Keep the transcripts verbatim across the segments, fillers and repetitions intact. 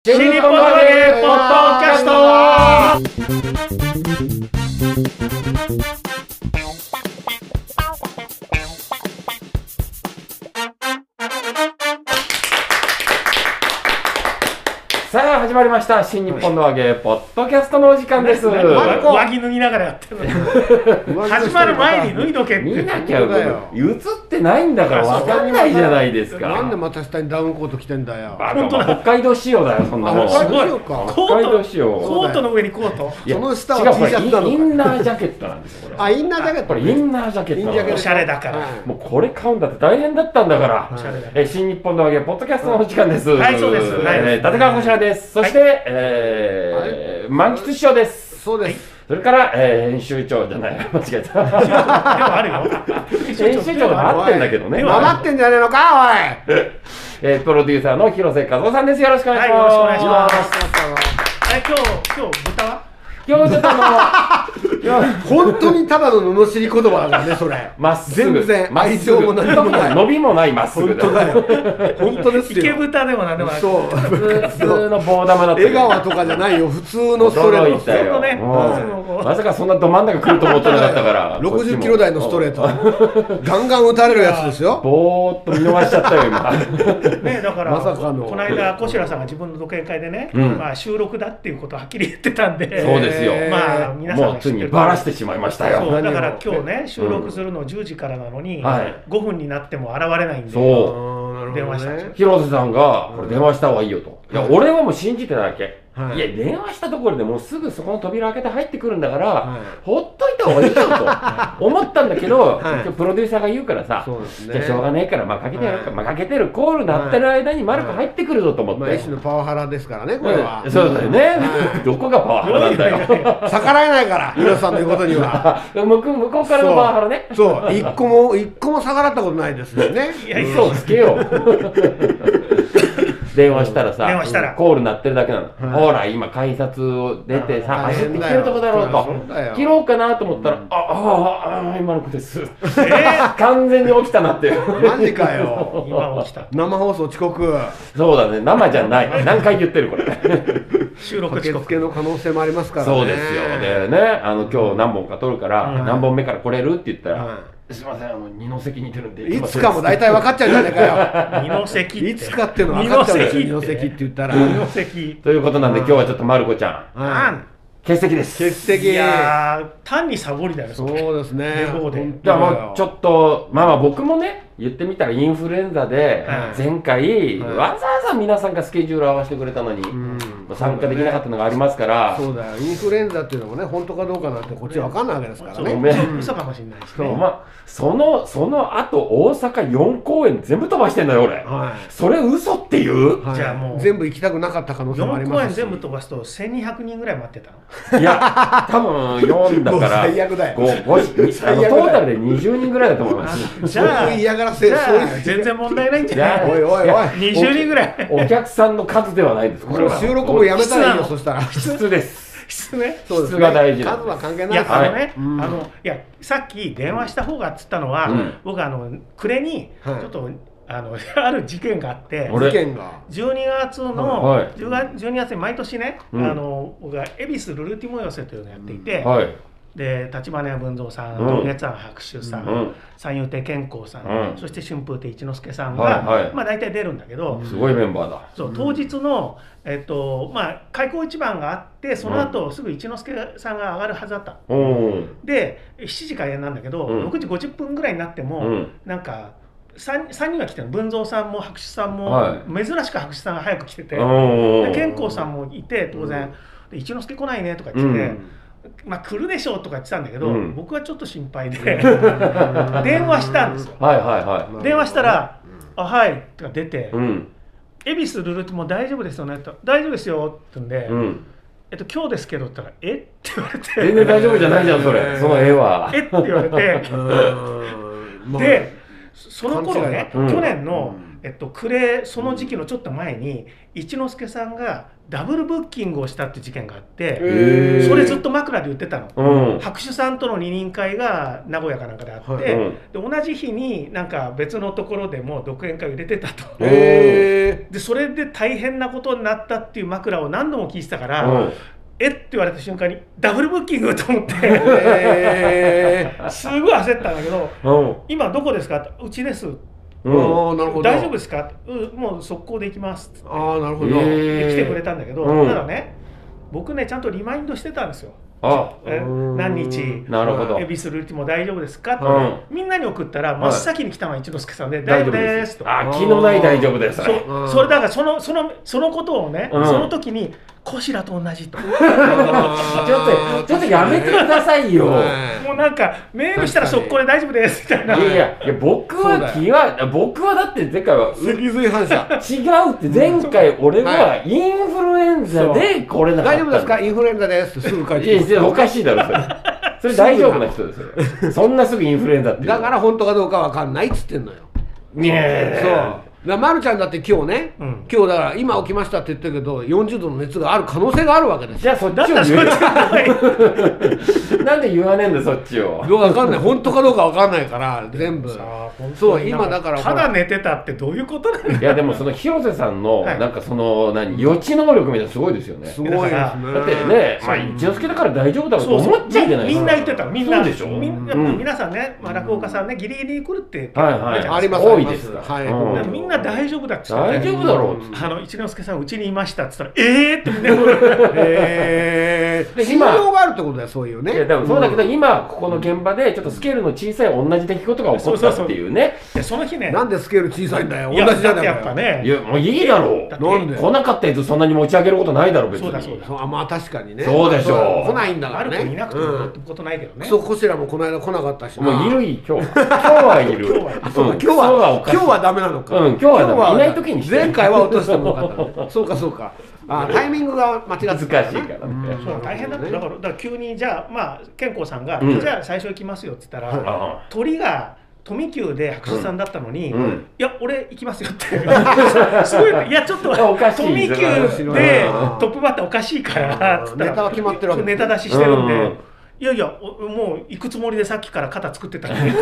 新日本の揚げポッドキャスト。さあ始まりました新日本の揚げポッドキャストのお時間です。 上着脱ぎながらやってるの始まる前に脱いどけって見なきゃ映ってないんだから分かんないじゃないですか。 なんでまた下にダウンコート着てんだよ。 本当だ、北海道仕様だよそんなもん。 すごいか。 北海道仕様。 コートの上にコート。 その下は T シャツなのか。 インナージャケットなんですよこれ。 あ、インナージャケット。 これインナージャケット。 おしゃれだから。 もうこれ買うんだって大変だったんだから。え新日本の揚げポッドキャストのお時間です。 はいそうです。 立川こちらです。そしてえー、満喫師匠です。 そうです。 それから、えー、編集長じゃない、間違えた。 でもあるよ。 編集長でも合ってんだけどね。 回ってんじゃねえのか、おい。 えー、プロデューサーの広瀬和夫さんです。よろしくお願いします。 はい、よろしくお願いします。え、今日、今日豚は？ 今日ちょっとあの本当にただの罵り言葉だからね、それ。 まっすぐ。 全然愛情も何もない。 伸びもないまっすぐ。 本当だよ。本当ですよ。 池豚でも何でもない。 そう。普通の棒玉だった。 江川とかじゃないよ、普通のストレート。 普通のね。まさかそんなど真ん中来ると思ってなかったから。 ろくじゅっキロ台のストレート。ガンガン打たれるやつですよ。 ぼーっと見逃しちゃったよ今。 ね、だからまさかのこの間小白さんが自分の独演会でね、まあ収録だっていうことをはっきり言ってたんで。 そうですよ。 まあ皆さんもうついにバラしてしまいましたよ。 そうだから今日ね収録するのじゅうじからなのにごふんになっても現れないんで電話したんですよ。 広瀬さんがこれ電話した方がいいよと。いや俺はもう信じてただけ。いや電話したところでもうすぐそこの扉開けて入ってくるんだからほっといた方がいいよと思ったんだけど、今日プロデューサーが言うからさ、じゃあしょうがねえからまあかけてやるか、まあかけてるコール鳴ってる間にマルコ入ってくるぞと思って。 まあ一種のパワハラですからねこれは。 そうだよね。どこがパワハラなんだよ。 逆らえないから広瀬さんの言うことには。 向こうからのパワハラね。 そう一個も一個も逆らったことないですよね。 いや嘘つけよ。電話したらさ、コール鳴ってるだけなの。ほら今改札を出てさ走ってきてるとこだろうと切ろうかなと思ったら、あああ今の子です。完全に起きたなっていう。 マジかよ。 今起きた。 生放送遅刻。 そうだね、生じゃない。何回言ってるこれ。 収録遅刻の可能性もありますからね。 そうですよ。でね、あの今日何本か撮るから何本目から来れるって言ったら。すみません、あの二の席に出るんで。 いつかも大体分かっちゃうんじゃないかよ。 二の席いつかっていうの分かっちゃうんですよ。二の席って言ったら。 二の席。 ということなんで今日はちょっとまる子ちゃん欠席です。 欠席。 いや単にサボりだよ。 そうですね。 じゃあもうちょっとまあまあ僕もね言ってみたらインフルエンザで前回わざわざ皆さんがスケジュール合わせてくれたのに参加できなかったのがありますから。 そうだよ。インフルエンザっていうのもね本当かどうかなんてこっち分かんないわけですからね。 嘘かもしれないですね。 まあそのその後大阪よん公演全部飛ばしてんだよ俺。それ嘘っていう？ じゃあもう全部行きたくなかった可能性もありますし。 よん公演全部飛ばすとせんにひゃくにんぐらい待ってたの。 いや多分よんだから最悪だよ。 ご、ご、トータルでにじゅうにんぐらいだと思います。 じゃあ嫌がらせ。 じゃあ全然問題ないんじゃない？ おいおいおい。 にじゅうにんぐらい。 お客さんの数ではないです。これは収録もやめたらいいよそしたら。 質です。 質ね。 質が大事だ。 数は関係ない。 いやあのね、あのいやさっき電話した方がっつったのは、僕あの暮れにちょっとあのある事件があって、 事件がじゅうにがつのじゅうにがつに毎年ね、あの僕が恵比寿ルルティモ寄せというのをやっていて。で立花文蔵さん、道月庵白秋さん、三遊亭健康さん、そして春風亭一之輔さんがまあ大体出るんだけど、 すごいメンバーだ。 そう当日のえっとまあ開口一番があってその後すぐ一之輔さんが上がるはずだった。でしちじ開演なんだけどろくじごじゅっぷんぐらいになってもなんかさんにんが来てるの。文蔵さんも白秋さんも珍しく白秋さんが早く来てて、健康さんもいて当然一之輔来ないねとか言ってて。まあ来るでしょうとか言ってたんだけど、うん、僕はちょっと心配で電話したんですよ。 はいはいはい。 電話したら「あはい」とか出て「恵比寿ルルティも大丈夫ですよね」と「大丈夫ですよ」って言うんで、うんえっと今日ですけどって言ったら「えっ?」て言われて全然大丈夫じゃないじゃんそれ。その絵はえって言われてでその頃ね去年のえっと、暮れその時期のちょっと前に一之輔さんがダブルブッキングをしたっていう事件があって、それずっと枕で言ってたの、うん、白手さんとの二人会が名古屋かなんかであって、はい、で同じ日になんか別のところでも独演会を入れてたと。でそれで大変なことになったっていう枕を何度も聞いてたから、うん、えって言われた瞬間にダブルブッキングと思ってすごい焦ったんだけど、うん、今どこですか、うちです、うん、なるほど、大丈夫ですか、うもう速攻で行きますって、あ、なるほど、で来てくれたんだけど、うん、ただね、僕ねちゃんとリマインドしてたんですよ。あえ何日エビスルーティも大丈夫ですかって、うん、みんなに送ったら真っ先に来たのは一之輔さんで、はい、大丈夫ですと、 あ、気のない大丈夫です、 そ, それだからそのそのそのことをね、うん、その時にコシラと同じとちょっとちょっとやめてくださいよ。 もうなんかメールしたら速攻で大丈夫ですみたいな。 いやいやいや、僕は気は僕はだって前回は脊髄反射違うって、前回俺はインフルエンザでこれなかった。 大丈夫ですか、インフルエンザですってすぐ書いて。 いやおかしいだろそれ。それ大丈夫な人ですよ。そんなすぐインフルエンザってだから本当かどうかわかんないっつってんのよ。 ねえ、そうだ、まるちゃんだって今日ね、うん、今日だから今起きましたって言ってるけどよんじゅうどの熱がある可能性があるわけです。 じゃあそっちを言うなんで言わねえんだそっちを。 どうわかんない、本当かどうかわかんないから全部。そう今だからただ寝てたってどういうことなんだ。 いやでもその広瀬さんのなんかその何予知能力みたいなすごいですよね。 すごいですね。だってね、まあ一之輔だから大丈夫だろうと思っちゃいけない。 みんな言ってた、みんなそうでしょ。 皆さんね、落語家さんねギリギリ来るってあります多いです。 はい、みんな大丈夫だって。 大丈夫だろう。 あの一之輔さんうちにいましたって言ったらええってみんなええ信用があるってことだよ、そういうね。 いやでもそうだけど今ここの現場でちょっとスケールの小さい同じ出来事が起こったっていうね。 その日ね、 なんでスケール小さいんだよ、同じじゃないかよ。 やっぱね、 いやもういいだろう。なんで来なかったやつそんなに持ち上げることないだろ別に。 そうだそうだ。 あ、まあ確かにね。 そうでしょう。 来ないんだからね。 ある子いなくてもってことないけどね。 そう、こちらもこの間来なかったし。 もういるい今日。今日はいる。 今日は今日はダメなのか。 うん、今日はダメ。いない時にして。 前回は落としてもよかったね。そうかそうか。あ、タイミングが間違って難しいからね。 そう大変だった。だからだから急にじゃあまあ健康さんがじゃあ最初行きますよって言ったら鳥が富久で白手さんだったのに、うんうん、いや俺行きますよってすごい、いやちょっと富久でトップバッターおかしいからっつったらネタは決まってるわけ、 ネタ出ししてるんで、うん、いやいやもう行くつもりでさっきから肩作ってたんで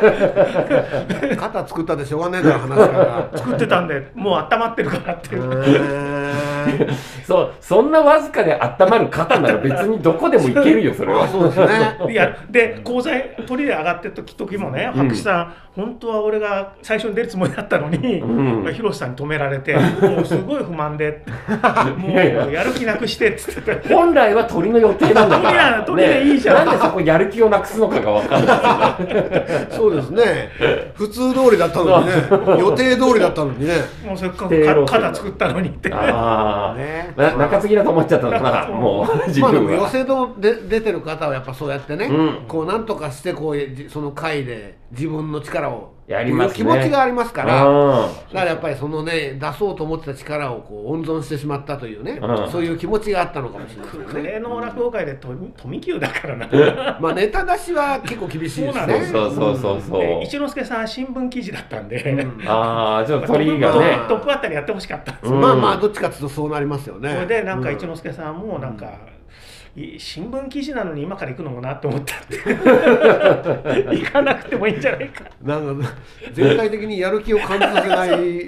肩作ったでしょうがねえだろ話から作ってたんでもう温まってるからっていうそうそんなわずかで温まる肩なら別にどこでも行けるよそれは。 そうですね。 いやで講座鳥で上がってる時時もね、白手さん本当は俺が最初に出るつもりだったのに、うん、広瀬さんに止められてもうすごい不満でもうやる気なくしてっつって本来は鳥の予定なんだから鳥でいいじゃん、 ね、なんでそこやる気をなくすのかが分かんないそうですね、普通通りだったのにね予定通りだったのにねもうせっかく肩作ったのにってああ、ね、中継ぎだと思っちゃったのかなもう自分は、まあ、でも寄席ので出てる方はやっぱそうやってね、うん、こうなんとかしてこうその回で自分の力をやりますね、 気持ちがありますから、だからやっぱりそのね出そうと思ってた力をこう温存してしまったというね、そういう気持ちがあったのかもしれないですね。 暮れの落語会で富久だからなまあネタ出しは結構厳しいですね。 そうそうそうそう。 一之輔さん新聞記事だったんで、 うん、ああちょっと鳥がねトップあたりやってほしかったんですよ、 うん、まあまあどっちかっていうとそうなりますよね。 それでなんか一之輔さんもなんか、うん新聞記事なのに今から行くのもなって思ったって行かなくてもいいんじゃないかなんか全体的にやる気を感じさせない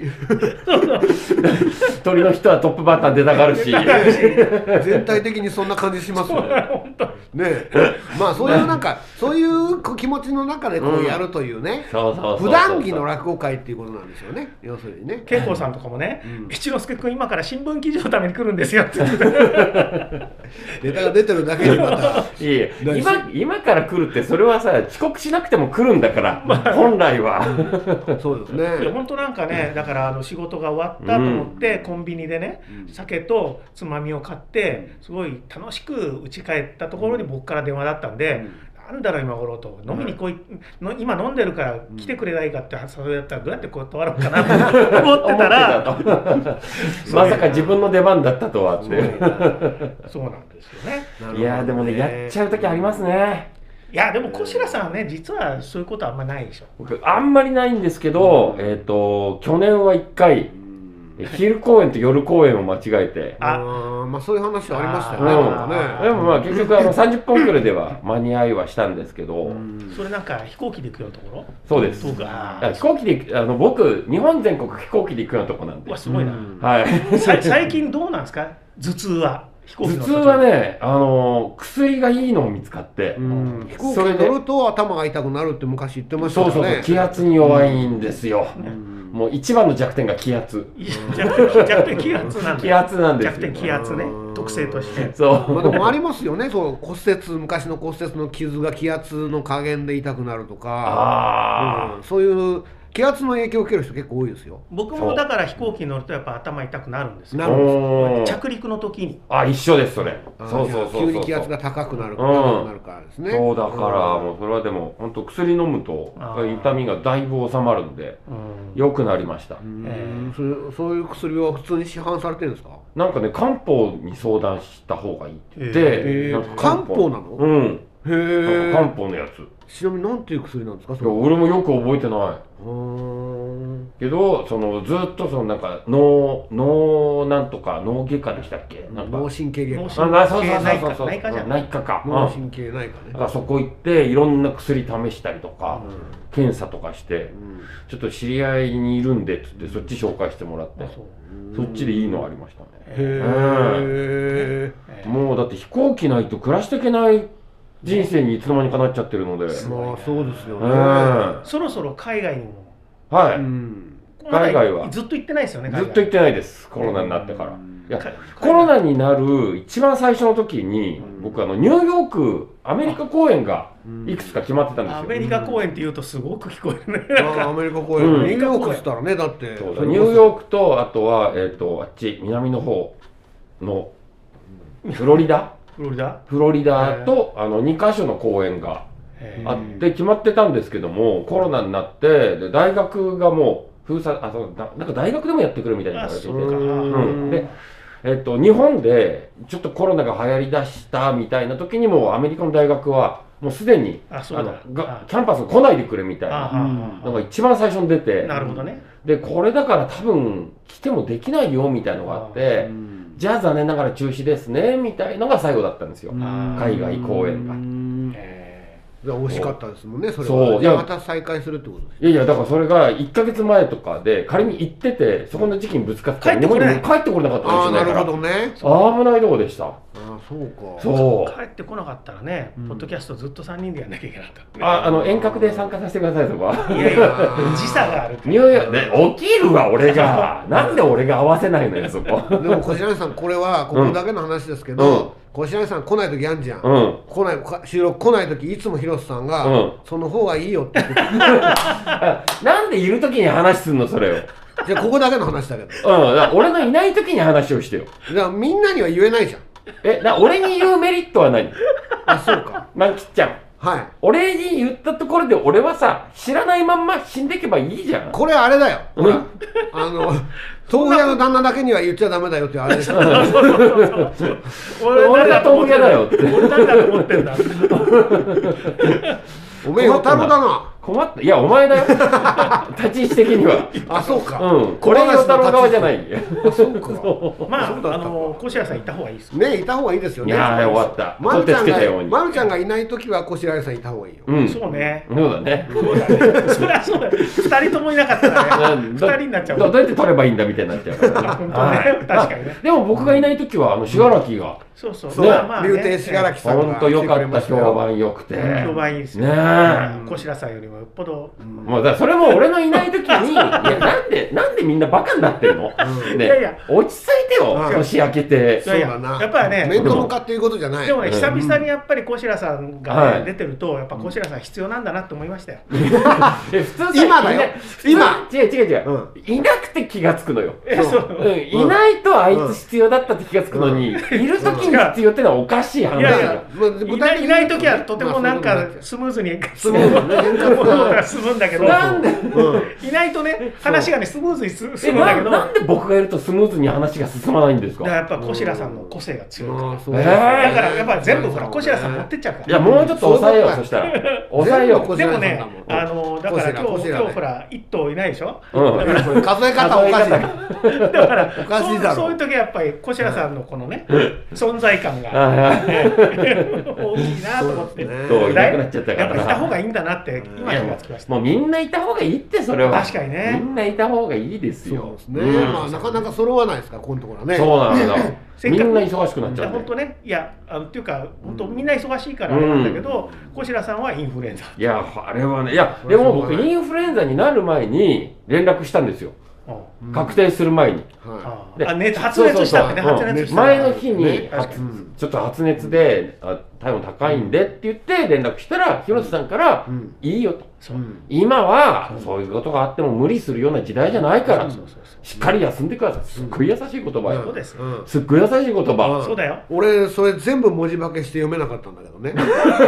鳥の人はトップバッター出たがるし全体的にそんな感じしますよね。まあそういうなんかそういう気持ちの中でこうやるというね、普段着の落語会っていうことなんですよね。要するにね恵子さんとかもね、うん、一之輔君今から新聞記事のために来るんですよって言ってネタが出てるだけにまたいい今, 今から来るってそれはさ遅刻しなくても来るんだから、まあ、本来はそうですね。 本当なんかねだからあの仕事が終わったと思って、うん、コンビニでね、うん、酒とつまみを買ってすごい楽しく家帰ったところに僕から電話だったんで、うんなんだろう今頃と飲みに来い、うん、今飲んでるから来てくれないかって誘いだったらどうやって断ろうかなと思ってたらまさか自分の出番だったとはってそうなんですよね。 いやでもねやっちゃう時ありますね。 いやでも小白さんはね実はそういうことはあんまないでしょ。 僕あんまりないんですけど、うん、えっと去年はいっかい昼公演と夜公演を間違えて、 ああまあそういう話はありましたよね。なんかねでもまあ結局あのさんじゅっぷん遅れでは間に合いはしたんですけど、 それなんか飛行機で行くようなところ。 そうです。飛行機であの僕日本全国飛行機で行くようなとこなんで。 わすごいな。 はい最近どうなんですか頭痛は。 頭痛はね、あの薬がいいのを見つかって、 うん、飛行機乗ると頭が痛くなるって昔言ってましたよね。 そうそうそう、気圧に弱いんですよ。うん、もう一番の弱点が気圧。 弱点気圧なんだ。 気圧なんですよ。 弱点気圧ね、特性として。 そう。 まあでもありますよね。そう骨折昔の骨折の傷が気圧の加減で痛くなるとか、あ、うん、そういう気圧の影響を受ける人結構多いですよ。 僕もだから飛行機に乗るとやっぱ頭痛くなるんですよ。着陸の時に。 あ、一緒ですそれ。そうそうそう。 急に気圧が高くなるからなるからですね。 そうだからもうそれはでも本当薬飲むと痛みがだいぶ収まるんで良くなりました。 そういう薬は普通に市販されてるんですか？ なんかね漢方に相談した方がいいって言って。 漢方なの？ うん。へえ。漢方のやつ。 ちなみに何ていう薬なんですか？ いや俺もよく覚えてない。けどそのずっとそのなんか脳脳なんとか脳外科でしたっけ？なんか脳神経外科。 あ、そうそうそうそう。 内科じゃん。 内科か。 脳神経内科ね。 だからそこ行っていろんな薬試したりとか、検査とかして、ちょっと知り合いにいるんでっつってそっち紹介してもらって、そっちでいいのありましたね。へえ。もうだって飛行機ないと暮らしていけない人生にいつの間にかなっちゃってるので。 まあそうですよね。 そろそろ海外にも。 はい。海外はずっと行ってないですよね。 ずっと行ってないです。コロナになってから。いやコロナになる一番最初の時に僕あのニューヨークアメリカ公演がいくつか決まってたんですよ。 アメリカ公演って言うとすごく聞こえるね。 アメリカ公演。ニューヨークっつったらねだって。 ニューヨークとあとはえっとあっち南の方のフロリダ。 フロリダフロリダとあのにかしょの公演があって決まってたんですけども、コロナになってで大学がもう封鎖、あ、そうな、なんか大学でもやってくるみたいな言われてて、うん、で、えっと日本でちょっとコロナが流行りだしたみたいな時にもアメリカの大学はもうすでにあのがキャンパスに来ないでくれみたいなのが一番最初に出て、 なるほどね。 でこれだから多分来てもできないよみたいなのがあって。じゃあ残念ながら中止ですねみたいのが最後だったんですよ、海外公演が。 惜しかったですもんね、それは。そう、じゃあまた再開するってことです。 いやいや、だからそれがいっかげつまえとかで仮に行っててそこの時期にぶつかって帰ってこれない帰ってこれなかったかもしれないから。 ああ、なるほどね。 危ないとこでした。ああ、そうか。 そう帰ってこなかったらね、ポッドキャストずっとさんにんでやんなきゃいけなかった。 あ、あの遠隔で参加させてくださいとか。 いやいや、時差がある。 ニューヨークで起きるわ俺が。なんで俺が合わせないのよそこ。 でも小白さんこれはここだけの話ですけど、小白さん来ない時あんじゃん。来ない収録来ない時いつも広瀬さんがその方がいいよって言って。 なんでいる時に話すんのそれを。 じゃあここだけの話だけど。 うん、俺のいない時に話をしてよ。 だからみんなには言えないじゃん。 え、な俺に言うメリットは何？ あ、そうか。 マンキッちゃん。 はい。 俺に言ったところで俺はさ知らないまんま死んでいけばいいじゃん。 これあれだよ。ほら、あの豆腐屋の旦那だけには言っちゃダメだよってあれでしょ。俺が豆腐屋だよって。 俺誰だと思ってんだ。 おめえ与太郎だな。 困った。いやお前だよ。立ち位置的には。 あ、そうか。 うん。これ与太郎側じゃない。 あ、そうか。 まああの小白さんいた方がいいですね。いた方がいいですよね。 いやー終わった。 まるちゃんがまるちゃんがいない時は小白さんいた方がいいよ。 うん。そうね。 そうだね。 そうだね。そりゃそうだ。二人ともいなかったらね。二人になっちゃう。 どうやって取ればいいんだみたいになっちゃうから。 本当ね。確かにね。 でも僕がいない時はあの信楽が。 そうそう。 そう。竜亭信楽さんが。 本当良かった評判良くて。 評判いいですよ。 ね。 小白さんよりもよっぽど。 もうだそれも俺のいない時にいやなんでなんでみんなバカになってるの？ いやいや落ち着いてよ年明けて。 そうだな。 やっぱりね面と向かっていうことじゃない。 でもね久々にやっぱり小白さんが出てるとやっぱ小白さん必要なんだなって思いましたよ。 普通今だよ。今違う違う違う。いなくて気がつくのよ。いないとあいつ必要だったって気がつくのにいる時に必要ってのはおかしい話。いやいや、 いないいない時はとてもなんかスムーズにスムーズ進むんだけど、なんでいないとね話がねスムーズに進むんだけど、 なんで僕がいるとスムーズに話が進まないんですか。 やっぱ小白さんの個性が強いから。だからやっぱ全部ほら小白さん持ってっちゃうから。 いやもうちょっと抑えよう。そしたら抑えよう。 でもね、あのだから今日今日ほら一頭いないでしょ。 数え方おかしい。だからそういう時はやっぱり小白さんのこのね存在感が大きいなと思って、 そういなくなっちゃったから、 やっぱいた方がいいんだなって今気がつきました。 もうみんないた方がいいってそれは。 確かにね。 みんないた方がいいですよ。 そうですね。まあなかなか揃わないですかこのところはね。 そうなんだ。みんな忙しくなっちゃう。 本当ね、いやあのっていうか本当みんな忙しいからあれなんだけど、小白さんはインフルエンザ。 いやあれはね、いやでも僕インフルエンザになる前に連絡したんですよ。確定する前に。 あ、熱発熱したってね、発熱した。 前の日にちょっと発熱で体温高いんでって言って連絡したら広瀬さんからいいよと。今はそういうことがあっても無理するような時代じゃないから。しっかり休んでください。すっごい優しい言葉よ。 そうです。 すっごい優しい言葉。 そうだよ。 俺それ全部文字化けして読めなかったんだけどね。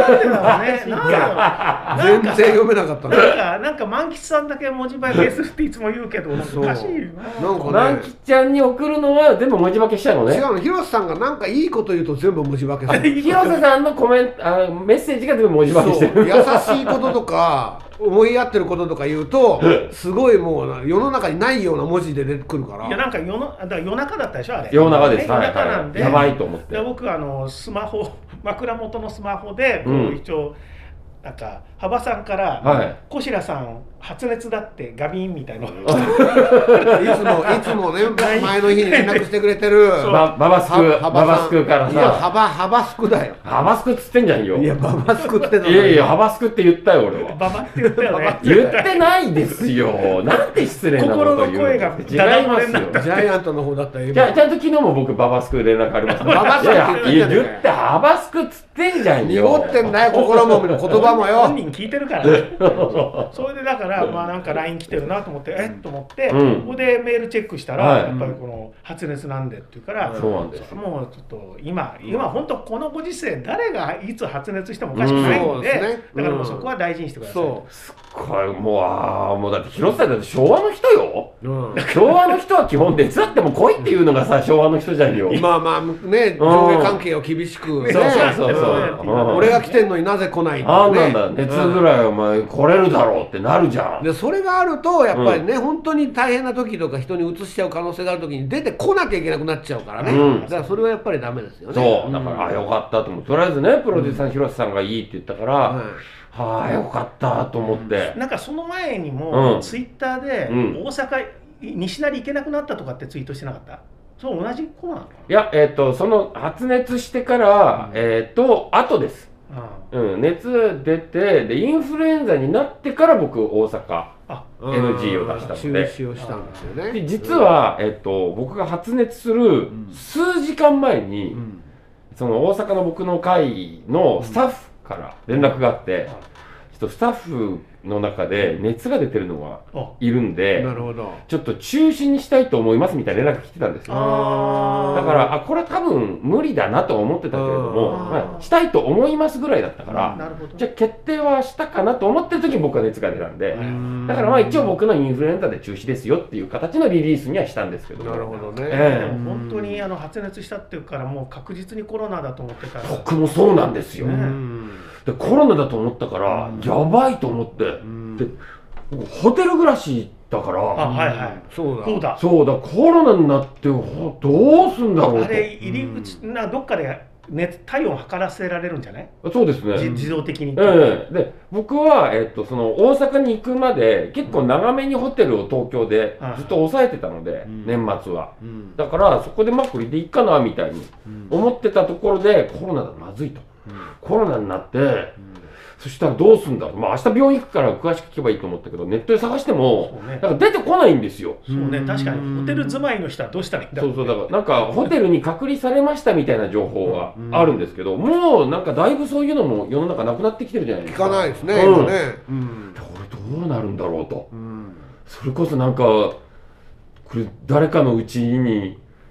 全然読めなかった。 なんかなんか満吉さんだけ文字化けするっていつも言うけど、おかしいよな。 満吉ちゃんに送るのは全部文字化けしちゃうのね。 違うの。広瀬さんがなんかいいこと言うと全部文字化けする。 広瀬さんのコメント、あメッセージが全部文字化けしてる。 優しいこととか。思いやってることとか言うとすごいもう世の中にないような文字で出てくるから。 いやなんか夜のだから夜中だったでしょあれ。 夜中です。 夜中なんで。 やばいと思って。 僕あのスマホ枕元のスマホで一応なんか幅さんから小白さん発熱だってガビンみたいな。いつもいつもね前の日に連絡してくれてるババスクババスクからさ。 いや幅幅スクだよ。 幅スクっつってんじゃんよ。 いやババスクっての。 いやいや幅スクって言ったよ俺は。 ババって言ったよね。 言ってないですよ。なんて失礼なこと言う。 心の声が違いますよ。ジャイアントの方だったよ。 じゃちゃんと昨日も僕ババスク連絡あります。ババスクって言って幅スクっつってんじゃんよ。 濁ってんだよ心も言葉もよ。 本人聞いてるから。それでだからまあなんか ライン 来てるなと思ってえっと思ってここでメールチェックしたらやっぱりこの発熱なんでって言うからもうちょっと今今本当このご時世誰がいつ発熱してもおかしくないんでだからもうそこは大事にしてください。 すっごいもうああもうだって広瀬さんだって昭和の人よ。昭和の人は基本熱あっても来いっていうのがさ昭和の人じゃんよ。 まあまあね上下関係を厳しくそうそうそうそう俺が来てんのになぜ来ないんだあんなんだ熱ぐらいお前来れるだろうってなるじゃん。 でそれがあるとやっぱりね、うん、本当に大変な時とか人にうつしちゃう可能性がある時に出てこなきゃいけなくなっちゃうからね、うん、だからそれはやっぱりダメですよね。 そうだから、うん、あよかったと思う。とりあえずねプロデューサーの広瀬さんがいいって言ったから、うん、はあよかったと思って、 うん、なんかその前にも、うん、ツイッターで大阪、うん、西成行けなくなったとかってツイートしてなかった？そう同じ子なの？ いやえっ、ー、とその発熱してから、うん、えっ、ー、と後です。うん、熱出てでインフルエンザになってから僕大阪 エヌジー を出したので中止をしたんですよね。 で実は、えっと、僕が発熱する数時間前に、うん、その大阪の僕の会のスタッフから連絡があって、うん、ちょっとスタッフの中で熱が出てるのがいるんで、 なるほどちょっと中止にしたいと思いますみたいな連絡来てたんですよ。だからあこれ多分無理だなと思ってたけれども、まあ、したいと思いますぐらいだったから、じゃあ決定はしたかなと思ってる時に僕は熱が出たんで、だからまあ一応僕のインフルエンザで中止ですよっていう形のリリースにはしたんですけど。 なるほどね、 えー、でも本当にあの発熱したっていうからもう確実にコロナだと思ってたら僕もそうなんですよ。でコロナだと思ったからやばいと思ってでホテル暮らしだから、 あはいはい、そうだそうだそうだコロナになってどうすんだろうと。 あれ入り口などっかで熱体温測らせられるんじゃない？ そうですね。 自動的に。 ええで僕はえっとその大阪に行くまで結構長めにホテルを東京でずっと抑えてたので、うん、年末は、うん、だからそこでまあこれでいいかなみたいに思ってたところでコロナだまずいと、うん、コロナになって。うんそしたらどうすんだろう。まあ明日病院行くから詳しく聞けばいいと思ったけどネットで探してもなんか出てこないんですよ。 そうね確かにホテル住まいの人はどうしたらいいんだろう、ね、 そうそうだからなんかホテルに隔離されましたみたいな情報があるんですけど、もうなんかだいぶそういうのも世の中なくなってきてるじゃないですか。 聞かないですね、うん、今ね。 うん、これどうなるんだろうと。うん、それこそなんかこれ誰かのうちに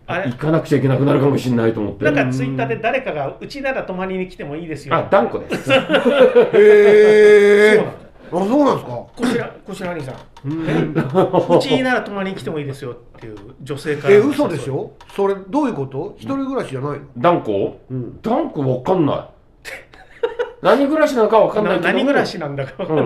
行かなくちゃいけなくなるかもしれないと思って。 なんかツイッターで誰かがうちなら泊まりに来てもいいですよ。 あ、断固です。 へえ。あ、そうなんですか。 こしら、こしら兄さん。うちなら泊まりに来てもいいですよっていう女性から。 え、嘘でしょ。それどういうこと？一人暮らしじゃないの？ 断固？断固わかんない。何暮らしなのかわかんないけど。 何暮らしなんだか。 うん。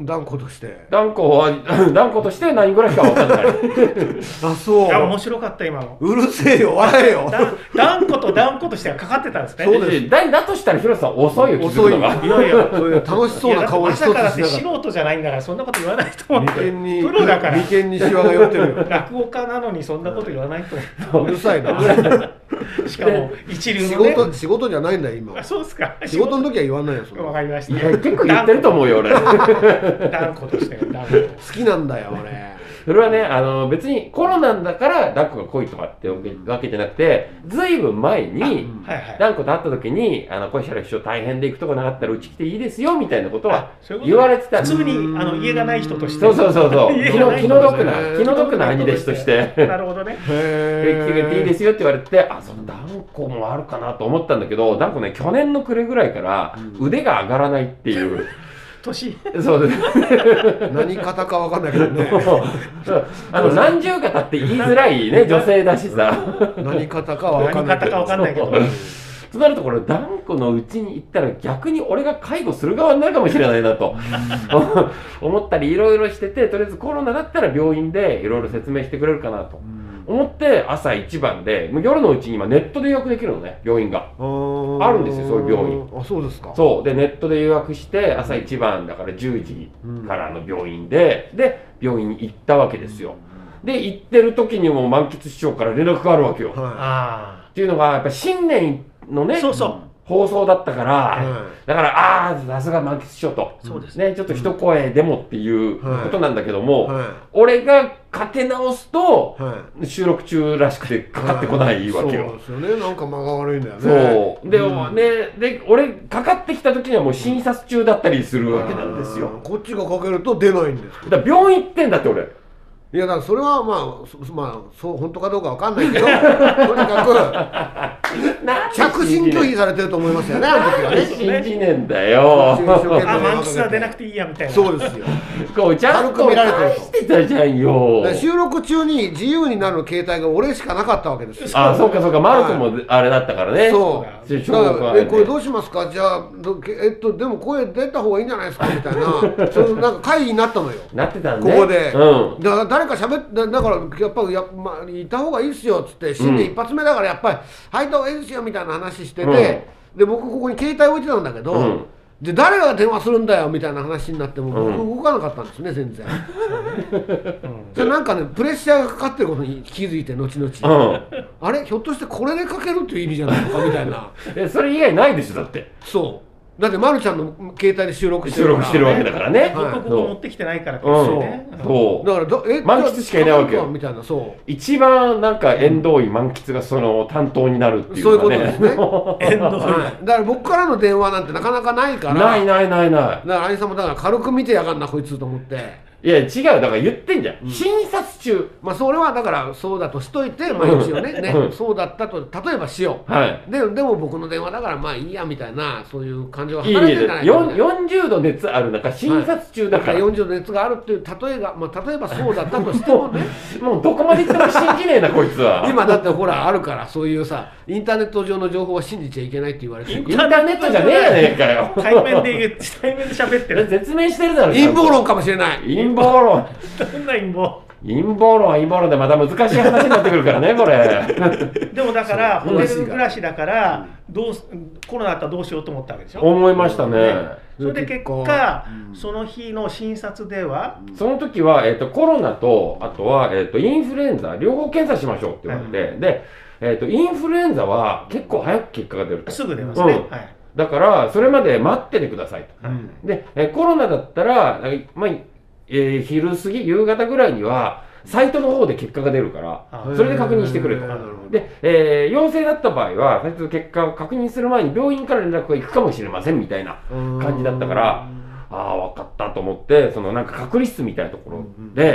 断固として。 断固は断固として何暮らしかわかんない。 あ、そう。 いや面白かった今の。 うるせえよ、笑えよ。 断固と断固としてはかかってたんですね。 そうです。だだとしたら広瀬さん遅いよ、気づくのが。 いやいや、楽しそうな顔一つしなかった。 朝からって素人じゃないんだからそんなこと言わないと思って。プロだから。 眉間にシワが寄ってるよ。 落語家なのにそんなこと言わないと。 うるさいな。 しかも一流のね。仕事仕事じゃないんだよ今。 あ、そうですか。 仕事の時は言わないよ。 わかりました。 いや結構言ってると思うよ俺。 断固として断固。 好きなんだよ俺。 それはね、あの別にコロナだから断固が濃いとかってわけじゃなくて、ずいぶん前に断固と会った時に、あの小石原師匠大変で行くとこなかったらうち来ていいですよみたいなことは言われてた。 普通にあの家がない人として。 そうそうそうそう。気の気の毒な気の毒な兄弟子として。 なるほどね。 来ていいですよって言われて、あ、その断固もあるかなと思ったんだけど、断固ね去年の暮れぐらいから腕が上がらないっていう。 年そうです。 何方かわかんないけどね。 あの何十方って言いづらいね女性だしさ。 何方かわかんないけど。 何方かわかんないけど。 となるとこれ断固のうちに行ったら逆に俺が介護する側になるかもしれないなと思ったりいろいろしてて、とりあえずコロナだったら病院でいろいろ説明してくれるかなと思って朝一番で、もう夜のうちに今ネットで予約できるのね、病院があるんですよ、そういう病院。 あ、そうですか。 そうでネットで予約して朝一番だからじゅうじからの病院で、で病院に行ったわけですよ。で行ってる時にも満喫師匠から連絡があるわけよ。はい、っていうのがやっぱ新年のね、 そうそう放送だったから、うん、だからああさすが満喫師匠と、そうですね、ちょっと一声でもっていうことなんだけども、はいはい、俺がかけ直すと、はい、収録中らしくてかかってこないわけよ。 そうですよね、なんか間が悪いんだよね。 そうで、うん、ね、で俺かかってきた時にはもう診察中だったりするわけなんですよ。 こっちがかけると出ないんです。 だから病院行ってんだって俺。 いやだからそれはまあまあそう本当かどうかわかんないけどとにかく着信拒否されてると思いますよね、あの時はね。 信じねえんだよ。 あ、満喫は出なくていいやみたいな。 そうですよ。 こうちゃんと見られてるとしてたじゃんよ。 収録中に自由になる携帯が俺しかなかったわけですよ。 あ、そうかそうか、マルコもあれだったからね。 そう。だからえこれどうしますか、じゃあえっとでも声出た方がいいんじゃないですかみたいな、そのなんか会議になったのよ。 なってたんで。 ここで。だから誰か喋ってだからやっぱりや、まあ、いた方がいいっすよっつって、新年一発目だからやっぱり入った方がいいですよみたいな話してて、うん、で僕ここに携帯置いてたんだけど、うん、で誰が電話するんだよみたいな話になっても僕動かなかったんですね、全然。それなんかねプレッシャーがかかってることに気づいて後々、うん、あれひょっとしてこれでかけるっていう意味じゃないのかみたいな。 えそれ以外ないでしょだって。 そうだってまるちゃんの携帯で収録してる収録してるわけだからね。 僕ここ持ってきてないからですよね。 そうだからえ満喫しかいないわけよみたいな。そう一番なんか縁遠い満喫がその担当になるっていうかね。そういうことですね。縁遠い。だから僕からの電話なんてなかなかないから。 ないないないない。だから兄さんもだから軽く見てやがんなこいつと思って。 いや違う、だから言ってんじゃん、うん、診察中。 まあそれはだからそうだとしといて、まあ一応ね、ね、うん、そうだったと例えばしよう、はい、ででも僕の電話だからまあいいやみたいな、そういう感情が働いてるんじゃないかな。 よんじゅうど熱ある中診察中だから、はい、 よんじゅうど熱があるっていう例えが、まあ例えばそうだったとしてもねもうどこまで言っても信じねえなこいつは。 今だってほらあるから、そういうさインターネット上の情報は信じちゃいけないって言われてる。 インターネットじゃねえやねえかよ。 対面で言う対面で喋ってる。 説明してるだろ。 陰謀論かもしれない。 陰謀論どんな陰謀陰謀論は陰謀論でまた難しい話になってくるからねこれ。 でもだからホテル暮らしだからどうコロナだったらどうしようと思ったわけでしょ。 思いましたね。 それで結果、うん、その日の診察ではその時は、えー、とコロナとあとは、えー、とインフルエンザ両方検査しましょうって言われて、うん、で、えー、とインフルエンザは結構早く結果が出ると。 すぐ出ますね、うん、はい、 だからそれまで待っててくださいと、うん、で、えー、コロナだったら、まあえー、昼過ぎ夕方ぐらいにはサイトの方で結果が出るからそれで確認してくれと。で、えー、陽性だった場合は最初結果を確認する前に病院から連絡が行くかもしれませんみたいな感じだったから、ああ分かったと思って、そのなんか隔離室みたいなところで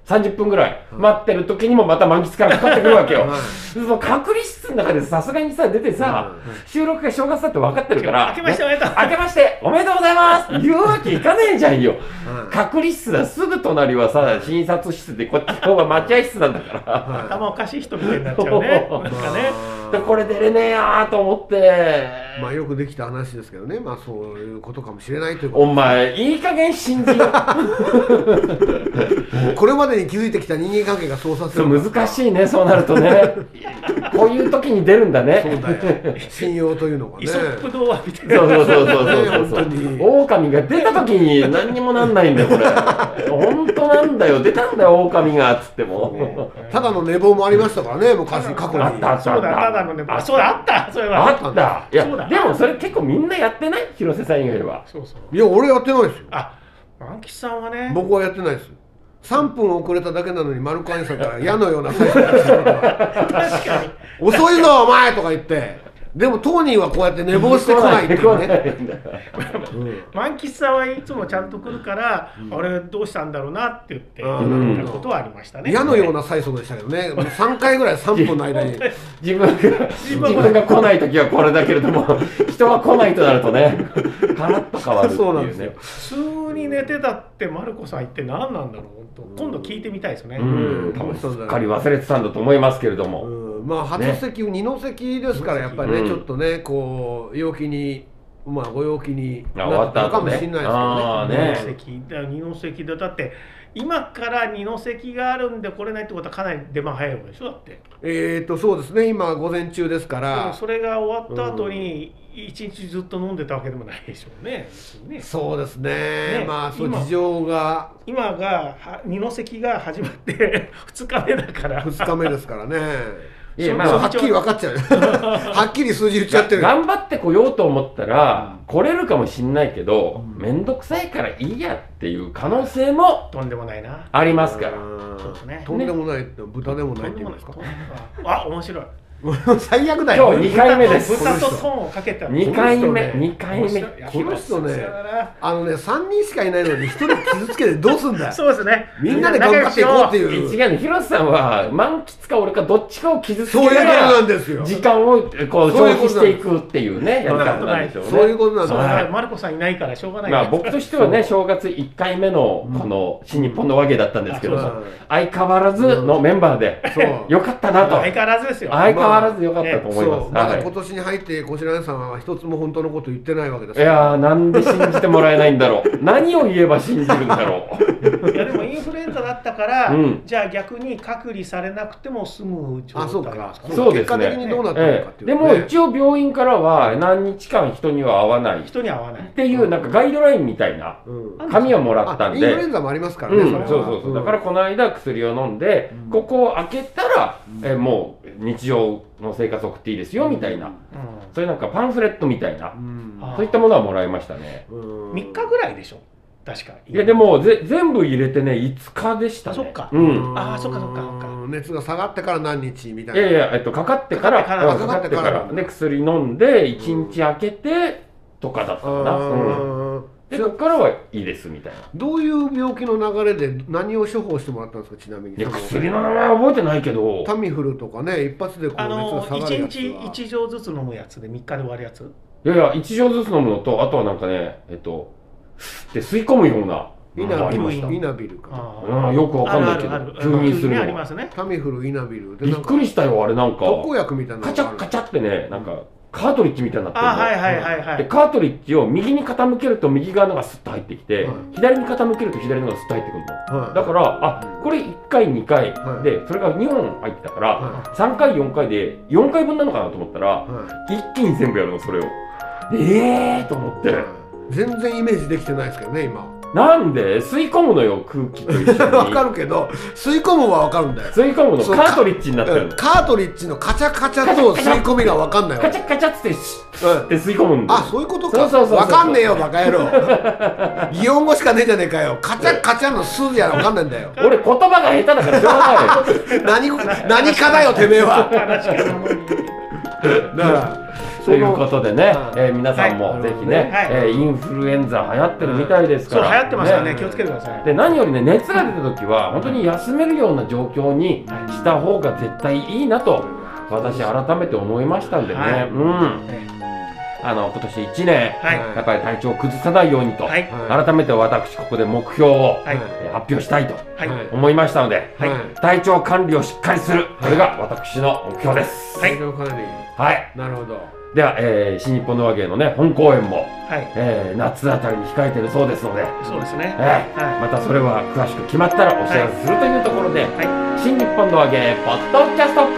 さんじゅっぷんぐらい待ってる時にもまた満喫感かかってくるわけよ。その隔離室の中でさすがにさ出てさ、収録が正月だって分かってるから、 明けましておめでとう明けましておめでとうございますって言うわけいかねえじゃんよ。隔離室だ、すぐ隣はさ診察室でこっちの方が待合室なんだから、 頭おかしい人みたいになっちゃうね。なんかね、 これ出れねえやと思って、 まあよくできた話ですけどね、まあそういうことかもしれないということ。 お前いい加減信じよこれまでに築いてきた人間関係がそうさせる。 難しいね、そうなるとね。こういう時に出るんだね。 そうだよ、信用というのがね。 イソップ童話みたいな。 そうそうそうそうそう。狼が出た時に何にもなんないんだよこれ。本当なんだよ、出たんだよ狼がっつっても。 ただの寝坊もありましたからね、昔過去に。 あったあったそうだ、ただの寝坊。そうだ、あった、それは。 あった。いやでもそれ結構みんなやってない、広瀬さん以外は。 そうそう。 いや俺やってないですよ。 あ、万吉さんはね。 僕はやってないです。さんぷん遅れただけなのに丸川兄さんから矢のような最初に確かに遅いぞお前とか言って、でも当人はこうやって寝坊してこないっていうね。 万吉さんはいつもちゃんと来るから、あれどうしたんだろうなって言って言ったことはありましたね。 矢のような催促でしたけどね、さんかいぐらいさんぷんの間に自分が自分が来ない時はこれだけれども、人が来ないとなるとねガラッと変わるっていうね。 普通に寝てたってマルコさん言って何なんだろう、本当今度聞いてみたいですね。 多分すっかり忘れてたんだと思いますけれども、 まあ初席、二の席ですからやっぱりね、ちょっとねこう陽気に、まあご陽気になったかもしれないですけどね。 二の席だ、二の席だ、だって今から二の席があるんで来れないってことはかなり出番早いわけでしょ。だってえっとそうですね、今午前中ですから、 それが終わった後に一日ずっと飲んでたわけでもないでしょうね。 そうですね、まあそう事情が今が二の席が始まってふつかめだから、 ふつかめですからね。いや、まあはっきり分かっちゃうはっきり数字言っちゃってる。 頑張ってこようと思ったら来れるかもしんないけど、面倒くさいからいいやっていう可能性もとんでもないな、 ありますから。 とんでもないって豚でもないって言うんですか。 あ、面白い。 最悪だよ。 今日にかいめです。 豚とトーンをかけたにかいめ、にかいめ。 この人ね、あのね、さんにんしかいないのにひとり傷つけてどうすんだよ。 そうですね。 みんなで頑張っていこうっていう。 違うね、広瀬さんは満喫か俺かどっちかを傷つけながら時間をこう消費していくっていうね、やり方なんでしょうね。 そういうことなんだ。 マルコさんいないからしょうがない。 まあ僕としてはね、正月いっかいめのこの新日本の和芸だったんですけども、相変わらずのメンバーでよかったなと。 相変わらずですよ。 相変わらずよかったと。 そう、まだ今年に入ってこちらさんは一つも本当のこと言ってないわけです。 いやー、なんで信じてもらえないんだろう何を言えば信じるんだろういやでもインフルエンザだったから、うん、じゃあ逆に隔離されなくても済む状態。 あ、そうか、 そうですね。 結果的にどうなったのかっていう、ね、 でも一応病院からは何日間人には会わない人には会わないっていうなんかガイドラインみたいな紙をもらったんで、 インフルエンザもありますからね、 うん、そうそうそう、だからこの間薬を飲んで、うん、ここを開けたら、うん、えもう日常の生活を送っていいですよみたいな、うん、そういうなんかパンフレットみたいな、うん、そういったものはもらいましたね。 みっかぐらいでしょ確か。 いやでもぜ全部入れてねいつかでしたね。 そっか、 うん、 ああそっかそっかそっか。 熱が下がってから何日みたいな。 いやいや、えっと、かかってからかかってからで薬飲んでいちにち空けてとかだったかな。でここからはいいですみたいな。 どういう病気の流れで何を処方してもらったんですか、ちなみに。 薬の名前は覚えてないけど、 タミフルとかね、一発でこう熱が下がるやつは。 いちにちいち錠ずつ飲むやつでみっかで終わるやつ。 いやいや、いち錠ずつ飲むのと、あとはなんかね、えっとで吸い込むようなイナビル、イナビルか。 ああ、よくわかんないけど、吸入するの。 タミフル、イナビルでびっくりしたよ、あれなんか。 特効薬みたいな。 カチャカチャってね、なんかカートリッジみたいになってるの。 あ、はいはいはいはい。 でカートリッジを右に傾けると右側のがスッと入ってきて、左に傾けると左のがスッと入ってくるの。だから、あ、これいっかいにかいで、それがにほん入ってたから、さんかいよんかいでよんかいぶんなのかなと思ったら、一気に全部やるの、それを。ええーと思って。 全然イメージできてないですけどね、今。 なんで吸い込むのよ、空気と一緒に。 わかるけど、吸い込むはわかるんだよ。 吸い込むのカートリッジになってるの。 カートリッジのカチャカチャと吸い込みがわかんないわ。 カチャカチャってって吸い込むんだ。 あ、そういうことか。わかんねえよ、バカ野郎。擬音語しかねえじゃねえかよ。カチャカチャの数じゃわかんないんだよ。 俺言葉が下手だからしょうがない。 何何かだよ、てめえは。だからということでね、えー、皆さんもぜひね、はい、えー、インフルエンザ流行ってるみたいですから、 そう流行ってますからね、ね、気をつけてください。 で何よりね、熱が出た時は本当に休めるような状況にした方が絶対いいなと私改めて思いましたんでね、はい、うん、あの今年いちねん、はい、やっぱり体調を崩さないようにと、はい、改めて私ここで目標を、はい、えー、発表したいと思いましたので、はい、体調管理をしっかりする、これが私の目標です。 体調管理、 はい、 なるほど。 では、えー、新日本の和芸のね本公演も、はい、えー、夏あたりに控えているそうですので、 そうですね、 えーはい、またそれは詳しく決まったらお知らせするというところで、はい、新日本の和芸ポッドキャスト